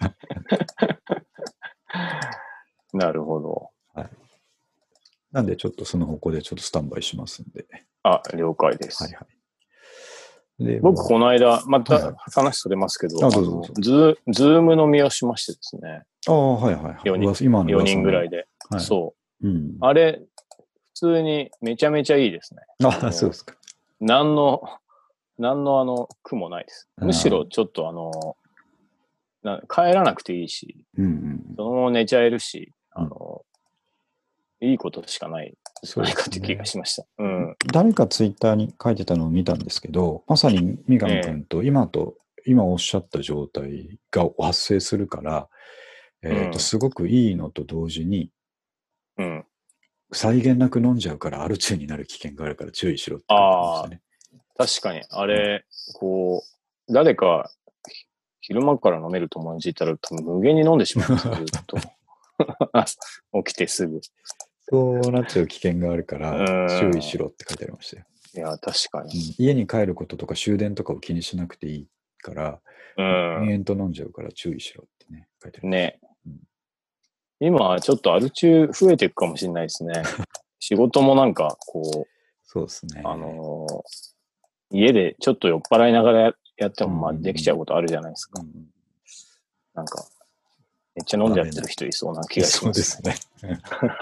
なるほど。 なんでちょっとその方向でちょっとスタンバイしますんで。 了解です。で僕、この間、また話それますけど、ズーム飲みをしましてですね。4人ぐらいで。そう。あれ、普通にめちゃめちゃいいですね。 そうですか。 何の苦もないです。むしろちょっと帰らなくていいし、そのまま寝ちゃえるし、いいことしかないじゃないかって気がしました。 誰かツイッターに書いてたのを見たんですけど、まさに三上君と今おっしゃった状態が発生するから、すごくいいのと同時に、際限なく飲んじゃうからアル中になる危険があるから注意しろって書いてましたね。 確かに。あれ、誰か昼間から飲める友達いたら多分無限に飲んでしまいますよ、ずっと。起きてすぐ。 そうなっちゃう危険があるから注意しろって書いてありましたよ。 いや、確かに。 家に帰ることとか終電とかを気にしなくていいから、延々と飲んじゃうから注意しろってね、書いてありました。 今はちょっとアル中増えていくかもしれないですね。仕事もなんかそうですね。 家でちょっと酔っ払いながらやってもできちゃうことあるじゃないですか。なんか、めっちゃ飲んじゃってる人いそうな気がします。 そうですね。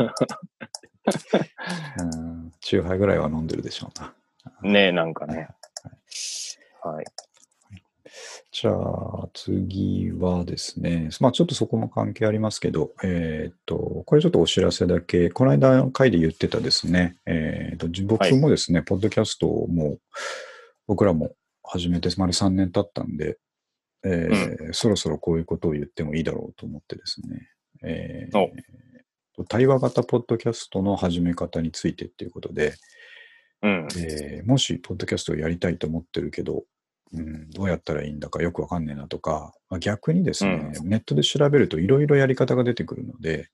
チューハイぐらいは飲んでるでしょうな。 ねえ、なんかね。はい。 じゃあ、次はですね、ちょっとそこも関係ありますけど、これちょっとお知らせだけ、この間の回で言ってたですね、僕もですね、ポッドキャストをもう、僕らも始めて丸3年経ったんで、そろそろこういうことを言ってもいいだろうと思ってですね、対話型ポッドキャストの始め方についてっていうことで、もしポッドキャストをやりたいと思ってるけど、どうやったらいいんだかよくわかんねえなとか、逆にですね、ネットで調べるといろいろやり方が出てくるので、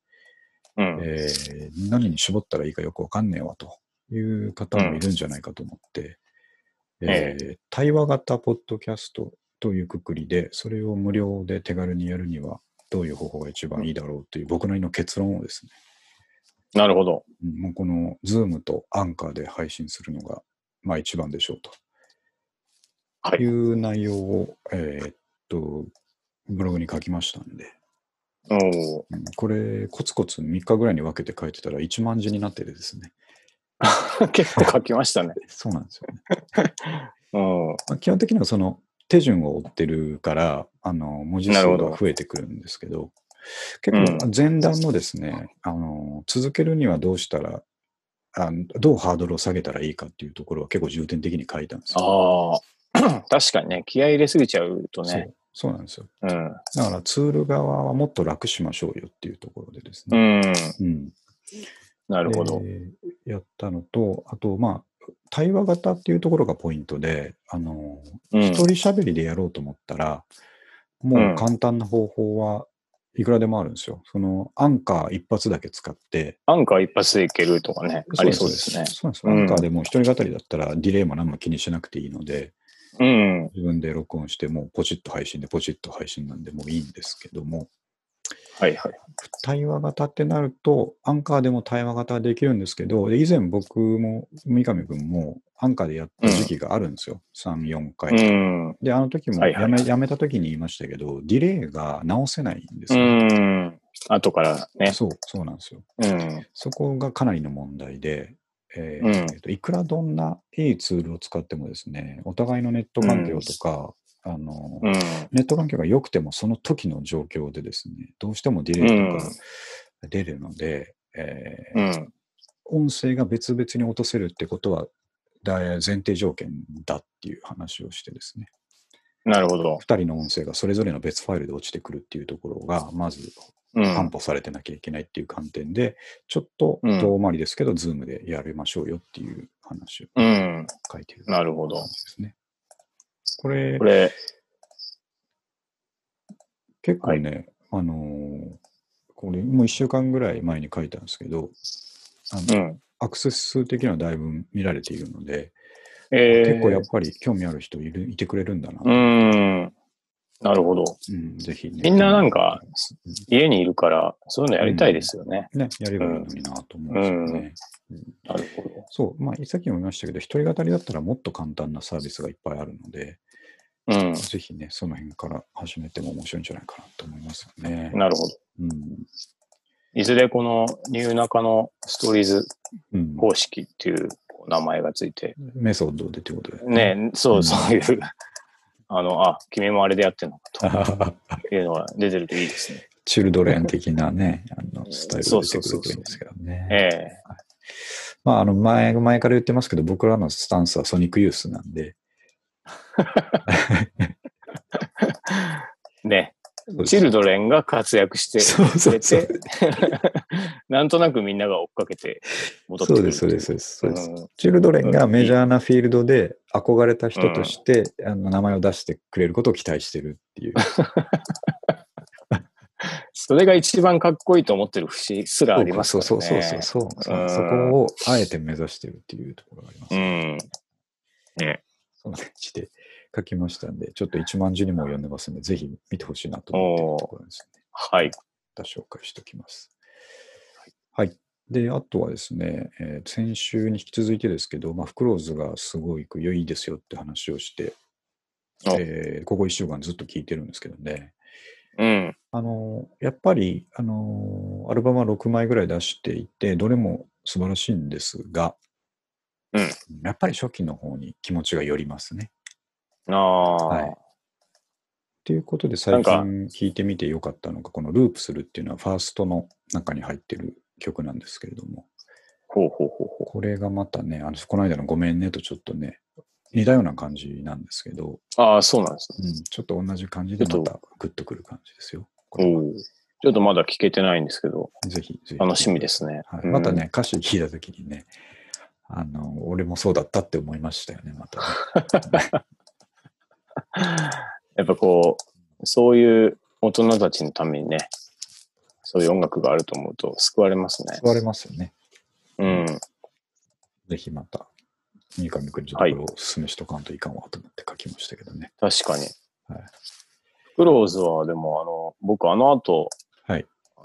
何に絞ったらいいかよくわかんねえわという方もいるんじゃないかと思って、対話型ポッドキャストというくくりで、それを無料で手軽にやるにはどういう方法が一番いいだろうという僕なりの結論をですね。 なるほど。 もうこの Zoom とアンカーで配信するのが、一番でしょうと。いう内容を、ブログに書きましたんで。これ、コツコツ3日ぐらいに分けて書いてたら1万字になっててですね。 結構書きましたね。 そうなんですよね。基本的にはその手順を追ってるから、文字数が増えてくるんですけど、結構前段のですね、続けるにはどうしたら、どうハードルを下げたらいいかっていうところは結構重点的に書いたんですよ。 確かにね、気合い入れすぎちゃうとね。 そうなんですよ。だからツール側はもっと楽しましょうよっていうところでですね。 なるほど。 やったのと、あと、対話型っていうところがポイントで、一人喋りでやろうと思ったら、もう簡単な方法は、 いくらでもあるんですよ。そのアンカー一発だけ使って。 アンカー一発でいけるとかね、ありそうですね。 そうなんです。アンカーでも一人語りだったらディレイも何も気にしなくていいので、 うん、 自分で録音してもうポチッと配信でポチッと配信なんでもういいんですけども、 はいはい。 対話型ってなると、アンカーでも対話型はできるんですけど、以前僕も三上君もアンカーでやった時期があるんですよ。3、4回。で、あの時もやめた時に言いましたけど、ディレイが直せないんですよ、ね。 後からね。 そうなんですよ。そこがかなりの問題で、いくらどんないいツールを使ってもですね、お互いのネット環境とか、ネット環境が良くてもその時の状況でですね、どうしてもディレイとか出るので、音声が別々に落とせるってことは前提条件だっていう話をしてですね。 なるほど。 2人の音声がそれぞれの別ファイルで落ちてくるっていうところが、まず担保されてなきゃいけないっていう観点で、ちょっと遠回りですけど、ズームでやりましょうよっていう話を書いてる、 なるほど。 ですね。これ結構ね、これもう1週間ぐらい前に書いたんですけど、アクセス数的にはだいぶ見られているので、結構やっぱり興味ある人いてくれるんだなと思って。 なるほど。 ぜひ、ね。 みんななんか、家にいるから、そういうのやりたいですよね。 ね、やればいいのになと思うんですよね。 なるほど。 そう、まあ、さっきも言いましたけど、一人語りだったらもっと簡単なサービスがいっぱいあるので、ぜひね、その辺から始めても面白いんじゃないかなと思いますよね。 なるほど。いずれこのニューナカのストーリーズ方式っていう名前がついて。 メソッドでってことでね。そういう、君もあれでやってんのかというのが出てるといいですね。 チルドレン的なね、スタイルが出てくるといいんですけどね。まあ、前から言ってますけど、僕らのスタンスはソニックユースなんで。 ね。チルドレンが活躍してくれて、なんとなくみんなが追っかけて戻ってくる。 そうです。チルドレンがメジャーなフィールドで憧れた人として、名前を出してくれることを期待してるっていう。 それが一番かっこいいと思ってる節すらありますからね。 そこをあえて目指してるっていうところがありますね。そんな感じで書きましたんで、ちょっと1万字にも読んでますんで、ぜひ見てほしいなと思ってるところですね。 はい。 紹介しておきます。はい。で、あとはですね、先週に引き続いてですけど、フクローズがすごい良いですよって話をして、ここ1週間ずっと聞いてるんですけどね。やっぱり、アルバムは6枚ぐらい出していて、どれも素晴らしいんですが、やっぱり初期の方に気持ちが寄りますね。ということで、最近聴いてみてよかったのが、このループするっていうのは、ファーストの中に入ってる曲なんですけれども、これがまたね、この間のごめんねとちょっとね、似たような感じなんですけど、 そうなんですね。ちょっと同じ感じでまたグッとくる感じですよ。 ちょっとまだ聞けてないんですけど、 ぜひ楽しみですね。 またね、歌詞聞いたときにね、俺もそうだったって思いましたよね、またね。 やっぱそういう大人たちのためにね、そういう音楽があると思うと救われますね。 救われますよね。ぜひまた、三上君にちょっとこれをお勧めしとかんといかんわと思って書きましたけどね。 確かに。フクローズはでも僕後、弾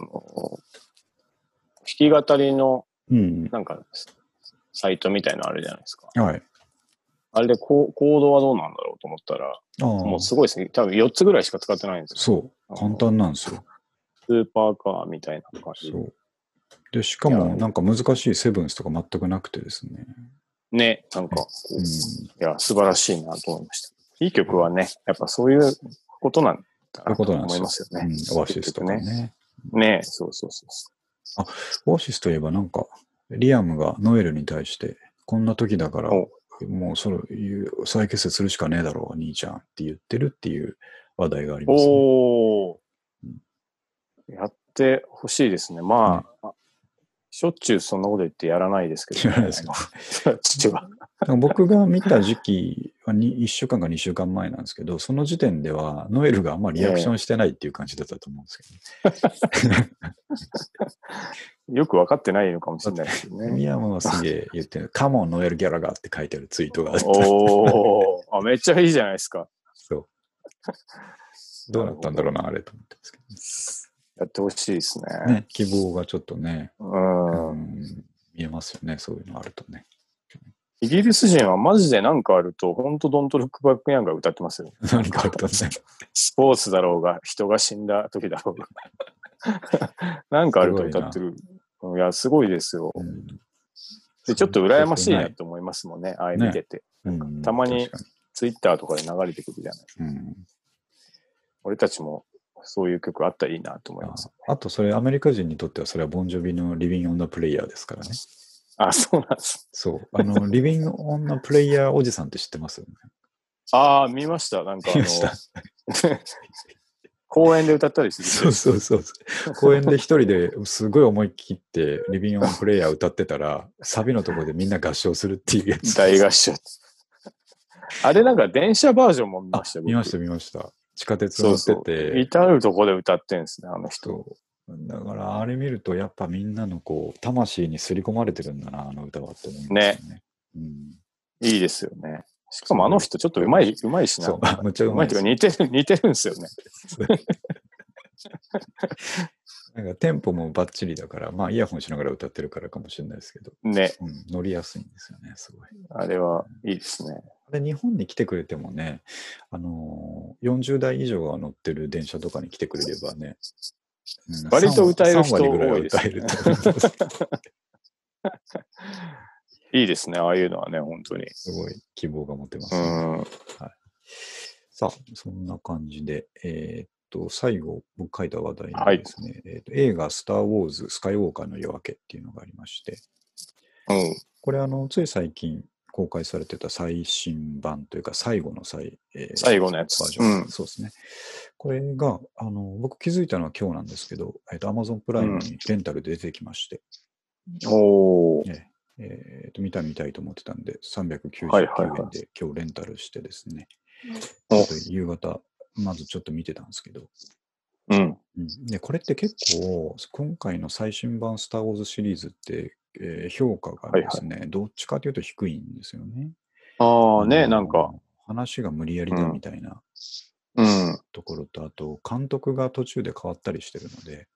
き語りのなんかサイトみたいなのあるじゃないですか。あれでコードはどうなんだろうと思ったら、もうすごいですね。多分4つぐらいしか使ってないんですよ。 そう。簡単なんですよ。 スーパーカーみたいな感じ。 そう。で、しかもなんか難しいセブンスとか全くなくてですね。 ね、なんかいや、素晴らしいなと思いました。いい曲はね、やっぱそういうことなんだなと思いますよね。 オアシスとかね。 ね、そう。 オアシスといえばなんか、リアムがノエルに対して、こんな時だから、もうそういう再結成するしかねえだろう、兄ちゃんって言ってるっていう話題がありますね。 やってほしいですね。まあ、しょっちゅうそんなこと言ってやらないですけど、 ね。 父は。 僕が見た時期は1週間か2週間前なんですけど、その時点ではノエルがあんまりリアクションしてないっていう感じだったと思うんですけど、ね、 よく分かってないのかもしれないですよね。 宮本はすげえ言ってる、カモンノエルギャラガーって書いてあるツイートがあった。 おー、めっちゃいいじゃないですか。 そう。どうなったんだろうな、あれと思ってますけど、ね。 やってほしいですね。 ね、希望がちょっとね、見えますよね、そういうのあるとね。 イギリス人はマジで何かあると、本当ドントルックバックヤンが歌ってますよ。 何かあるとね。 スポーツだろうが、人が死んだ時だろうが。何かあると歌ってる。いや、すごいですよ。でちょっと羨ましいなと思いますもんね、ああいう見てて。たまにツイッターとかで流れてくるじゃないですか。俺たちもそういう曲あったらいいなと思います、ね。 あと、それアメリカ人にとっては、それはボンジョビのリビング・オン・ザ・プレイヤーですからね。 あ、そうなんです。 そう。リビング・オン・ザ・プレイヤーおじさんって知ってますよね。 ああ、見ました。なんか公園で歌ったりする。 そう。公園で一人ですごい思い切ってリビング・オン・プレイヤー歌ってたら、サビのところでみんな合唱するっていうやつ。 大合唱。あれなんか電車バージョンも見ました。 見ました。地下鉄乗ってて。 至るとこで歌ってんですね、あの人。 だからあれ見るとやっぱみんなのこう魂に刷り込まれてるんだな、あの歌はって思いますね。 いいですよね。しかもあの人ちょっとうまいしな。 そう、むっちゃうまい。 似てるんですよね。 なんかテンポもバッチリだから、まあイヤホンしながら歌ってるからかもしれないですけど。 ね。 乗りやすいんですよね、すごい。 あれはいいですね。 あれ日本に来てくれてもね、40代以上が乗ってる電車とかに来てくれればね、 割と歌える人多いですね。いいですね、ああいうのはね、本当に。 すごい希望が持てますね。はい、さあ、そんな感じで、最後、僕書いた話題にですね、映画スター・ウォーズ・スカイウォーカーの夜明けっていうのがありまして、これつい最近公開されてた最新版というか最後の最後のやつバージョン、そうですね。これが、僕気づいたのは今日なんですけど、Amazon プライムにレンタルで出てきまして、見たいと思ってたんで、399円で今日レンタルしてですね、夕方、まずちょっと見てたんですけど、でこれって結構、今回の最新版スター・ウォーズシリーズって、評価がですね、どっちかというと低いんですよね。 なんか。 話が無理やりだみたいなところと、あと、監督が途中で変わったりしてるので、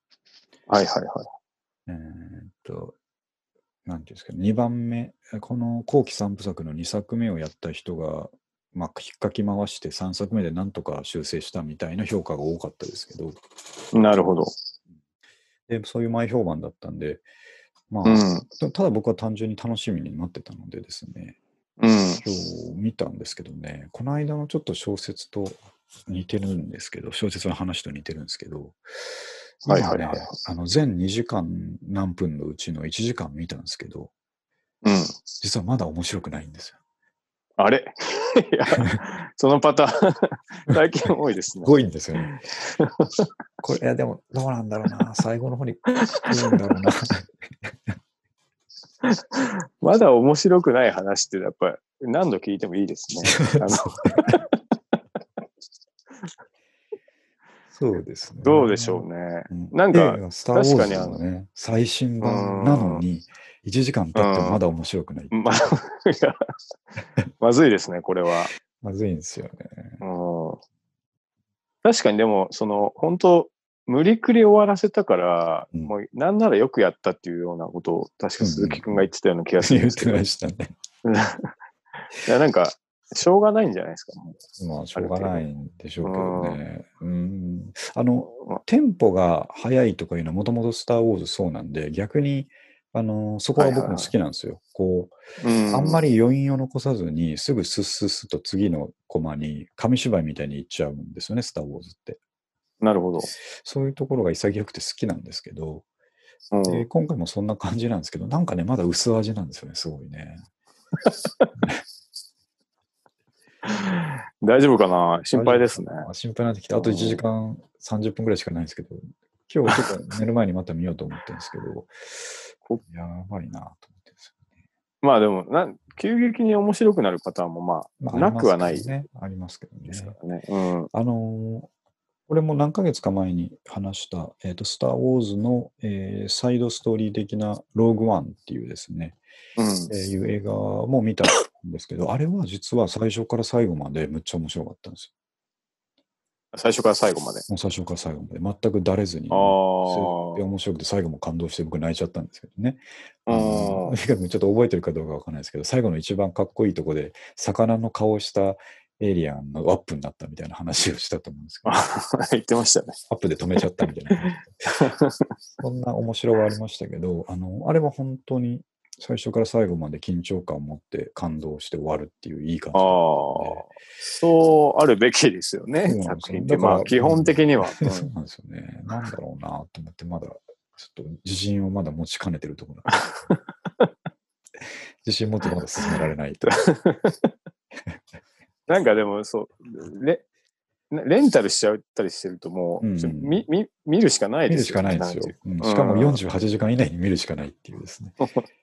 なんていうんですか、2番目、この後期3部作の2作目をやった人が、まあ、引っかき回して3作目でなんとか修正したみたいな評価が多かったですけど。 なるほど。 で、そういう前評判だったんで、まあ、ただ僕は単純に楽しみになってたのでですね、今日見たんですけどね、この間のちょっと小説と似てるんですけど、小説の話と似てるんですけど、全2時間何分のうちの1時間見たんですけど、実はまだ面白くないんですよ。 あれいやそのパターン、最近多いですね。 多いんですよね。これ、でも、どうなんだろうな。最後の方に来るんだろうな。 まだ面白くない話って、やっぱり何度聞いてもいいですね。 そうですね。 どうでしょうね。なんか、 確かに最新版なのに、1時間経ってもまだ面白くない。 まずいですね、これは。 まずいんですよね。 確かにでも、本当無理くり終わらせたから、もうなんならよくやったっていうようなことを、確か鈴木くんが言ってたような気がするんですけど。 言ってましたね。 いや、なんか、しょうがないんじゃないですか。 まあ、しょうがないんでしょうけどね。テンポが速いとかいうのはもともとスター・ウォーズそうなんで、逆に、そこは僕も好きなんですよ。あんまり余韻を残さずに、すぐスッスッスッと次のコマに紙芝居みたいにいっちゃうんですよね、スター・ウォーズって。 なるほど。 そういうところが潔くて好きなんですけど、で今回もそんな感じなんですけど、なんかね、まだ薄味なんですよね、すごいね。 大丈夫かな、心配ですね。 心配になってきて、あと1時間30分ぐらいしかないんですけど、今日ちょっと寝る前にまた見ようと思ってるんですけど、やばいなと思ってるんですよね。 まあでも急激に面白くなるパターンもまあ、なくはないありますけどね。 ですからね。うん。 これも何ヶ月か前に話した、スター・ウォーズの、サイドストーリー的なローグワンっていうですね、いう映画も見たんですけど、あれは実は最初から最後までむっちゃ面白かったんですよ。 最初から最後まで。 もう最初から最後まで全くだれずに、面白くて最後も感動して僕泣いちゃったんですけどね。ちょっと覚えてるかどうかわかんないですけど、最後の一番かっこいいとこで、魚の顔をしたエイリアンのアップになったみたいな話をしたと思うんですけど。 言ってましたね。 アップで止めちゃったみたいな。そんな面白がありましたけど、あれは本当に最初から最後まで緊張感を持って感動して終わるっていういい感じなので。 そうあるべきですよね。作品って。まあ基本的には。 そうなんですよね。なんだろうなと思って、まだちょっと自信をまだ持ちかねてるところ自信持ってまだ進められないと。 なんかでもレンタルしちゃったりしてるともう、見るしかないですよね。 見るしかないですよ。しかも48時間以内に見るしかないっていうですね。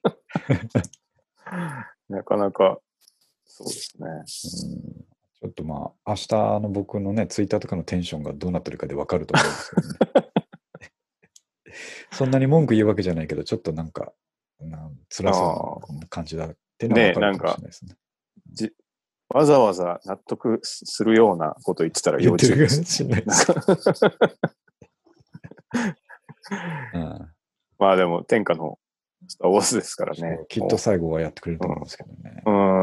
なかなか、そうですね。 ちょっとまあ、明日の僕のね、ツイッターとかのテンションがどうなってるかでわかると思うんですけどね。そんなに文句言うわけじゃないけど、ちょっとなんか、辛そうな感じだっていうのはわかるかもしれないですね。 わざわざ納得するようなこと言ってたら幼稚ですね。まあでも天下のスター・ウォーズですからね。 きっと最後はやってくれると思うんですけどね。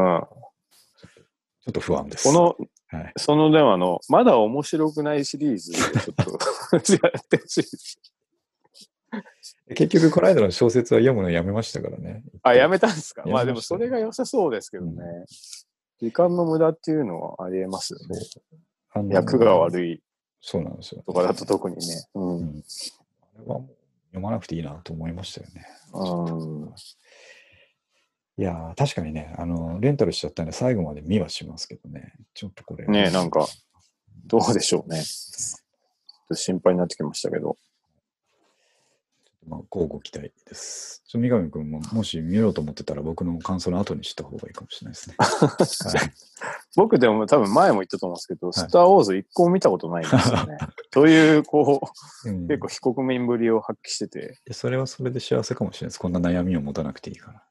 ちょっと不安です。 その電話のまだ面白くないシリーズでちょっとやってほしいです。 結局この間の小説は読むのやめましたからね。 やめたんですか。まあでもそれが良さそうですけどね。時間の無駄っていうのはありえますよね。役が悪い。 そうなんですよ。 とかだと特にね。 あれはもう読まなくていいなと思いましたよね。いや確かにね、レンタルしちゃったんで最後まで見はしますけどね。ちょっとこれ。 ねなんか、どうでしょうね。心配になってきましたけど。 まあ、交互期待です。三上君ももし見ようと思ってたら僕の感想の後に知った方がいいかもしれないですね。 僕でも多分前も言ったと思うんですけど、スター・ウォーズ一個も見たことないんですよね。という、結構非国民ぶりを発揮してて。 それはそれで幸せかもしれないです。こんな悩みを持たなくていいから。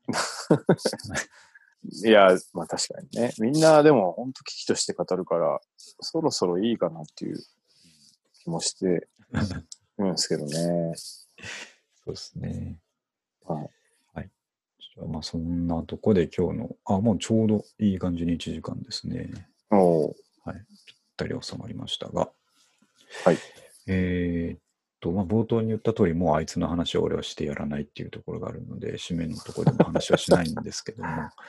いや、まあ確かにね。みんなでも本当危機として語るから、そろそろいいかなっていう気もしてるんですけどね。 そうですね。 はい。 まあそんなとこで今日の、もうちょうどいい感じに1時間ですね。はい。ぴったり収まりましたが。 はい。 まあ冒頭に言った通り、もうあいつの話は俺はしてやらないっていうところがあるので、締めのところでも話はしないんですけども。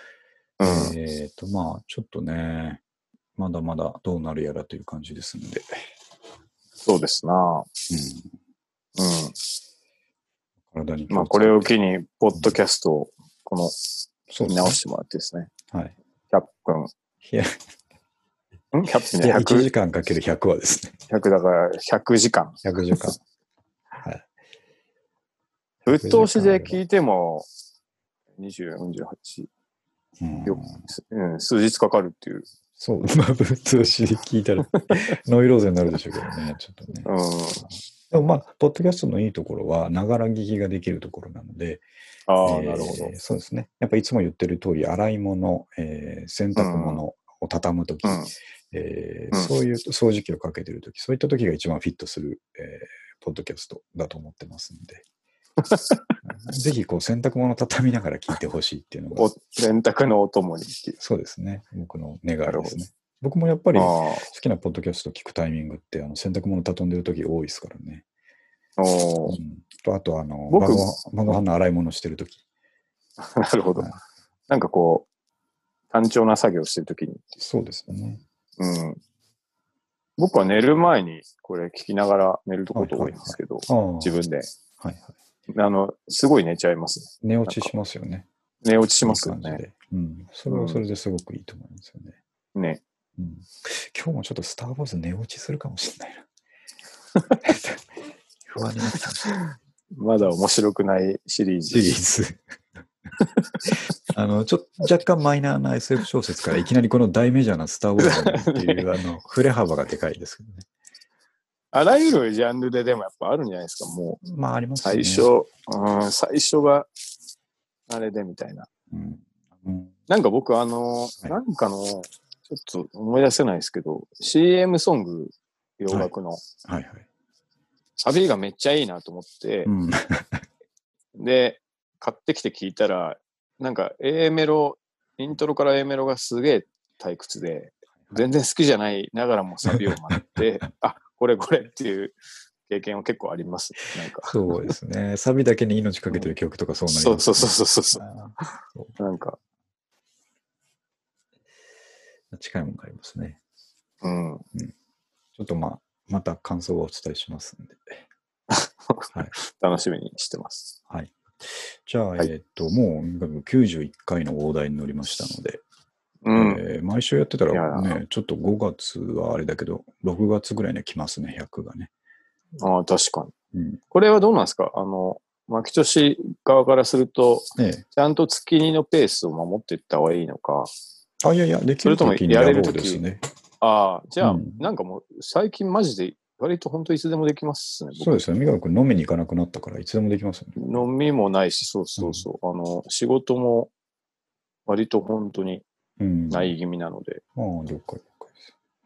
まあちょっとね、まだまだどうなるやらという感じですので。 そうですな。 体にまあこれを機に、ポッドキャストを見直してもらってですね。 はい。 100分。100分いや、1時間かける100はですね。 100だから100時間。 100時間。はい。 ぶっ通しで聞いても、20、48、数日かかるっていう。 そう、まあ、ぶっ通しで聞いたら、ノイローゼになるでしょうけどね、ちょっとね。でもまあ、ポッドキャストのいいところは、ながら聞きができるところなので、 なるほど。 そうですね。やっぱいつも言ってる通り、洗い物、洗濯物を畳むとき、そういう掃除機をかけてるとき、そういったときが一番フィットする、ポッドキャストだと思ってますんで。ぜひこう洗濯物畳みながら聞いてほしいっていうのが。 洗濯のお供に。 そうですね。僕の願いですね。僕もやっぱり好きなポッドキャスト聞くタイミングって洗濯物畳んでるとき多いですからね。あと晩ご飯の洗い物してるとき。 なるほど。なんかこう、単調な作業してるときに。 そうですね。 僕は寝る前にこれ聞きながら寝ること多いんですけど、自分で。すごい寝ちゃいますね。寝落ちしますよね。 寝落ちしますよね。 それはそれですごくいいと思いますよね。 ね。 今日もちょっとスター・ウォーズ寝落ちするかもしれないな。不安になってきました。 まだ面白くないシリーズ。 若干マイナーな SF 小説からいきなりこの大メジャーなスター・ウォーズっていう振れ幅がでかいですけどね。 あらゆるジャンルででもやっぱあるんじゃないですか、もう。 まあありますね。 最初があれでみたいな。なんか僕なんかの、ちょっと思い出せないですけど、CM ソング、洋楽の、サビがめっちゃいいなと思って、で、買ってきて聞いたら、なんか A メロ、イントロから A メロがすげえ退屈で、全然好きじゃないながらもサビを待って、あ、これっていう経験は結構あります。なんかそうですね。サビだけに命かけてる曲とかそうなります、 ね。そうなんか。 近いものがありますね。 ちょっとまた感想をお伝えしますんで。 はい、楽しみにしてます。 はい。じゃあ、もう91回の大台に乗りましたので、毎週やってたらね、ちょっと5月はあれだけど、6月ぐらいには来ますね、100がね。 ああ、確かに。これはどうなんですか牧俊側からすると、ちゃんと月2のペースを守っていった方がいいのか。 いや、できるときにやれるですね。 じゃあ、なんかもう最近マジで割と本当いつでもできますね。 そうですね。三上君飲みに行かなくなったからいつでもできますよね。 飲みもないし、そう。仕事も割と本当にない気味なので。 了解です。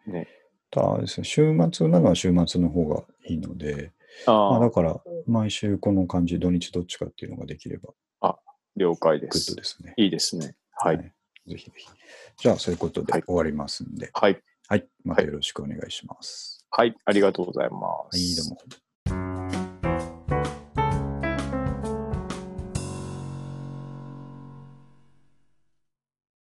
ね。ただですね、週末なのは週末の方がいいので、だから毎週この感じ、土日どっちかっていうのができれば。 了解です。 グッドですね。 いいですね。はい。 ぜひ。じゃあ、そういうことで終わりますんで。 はい。 はい。またよろしくお願いします。 はい。ありがとうございます。 はい、どうも。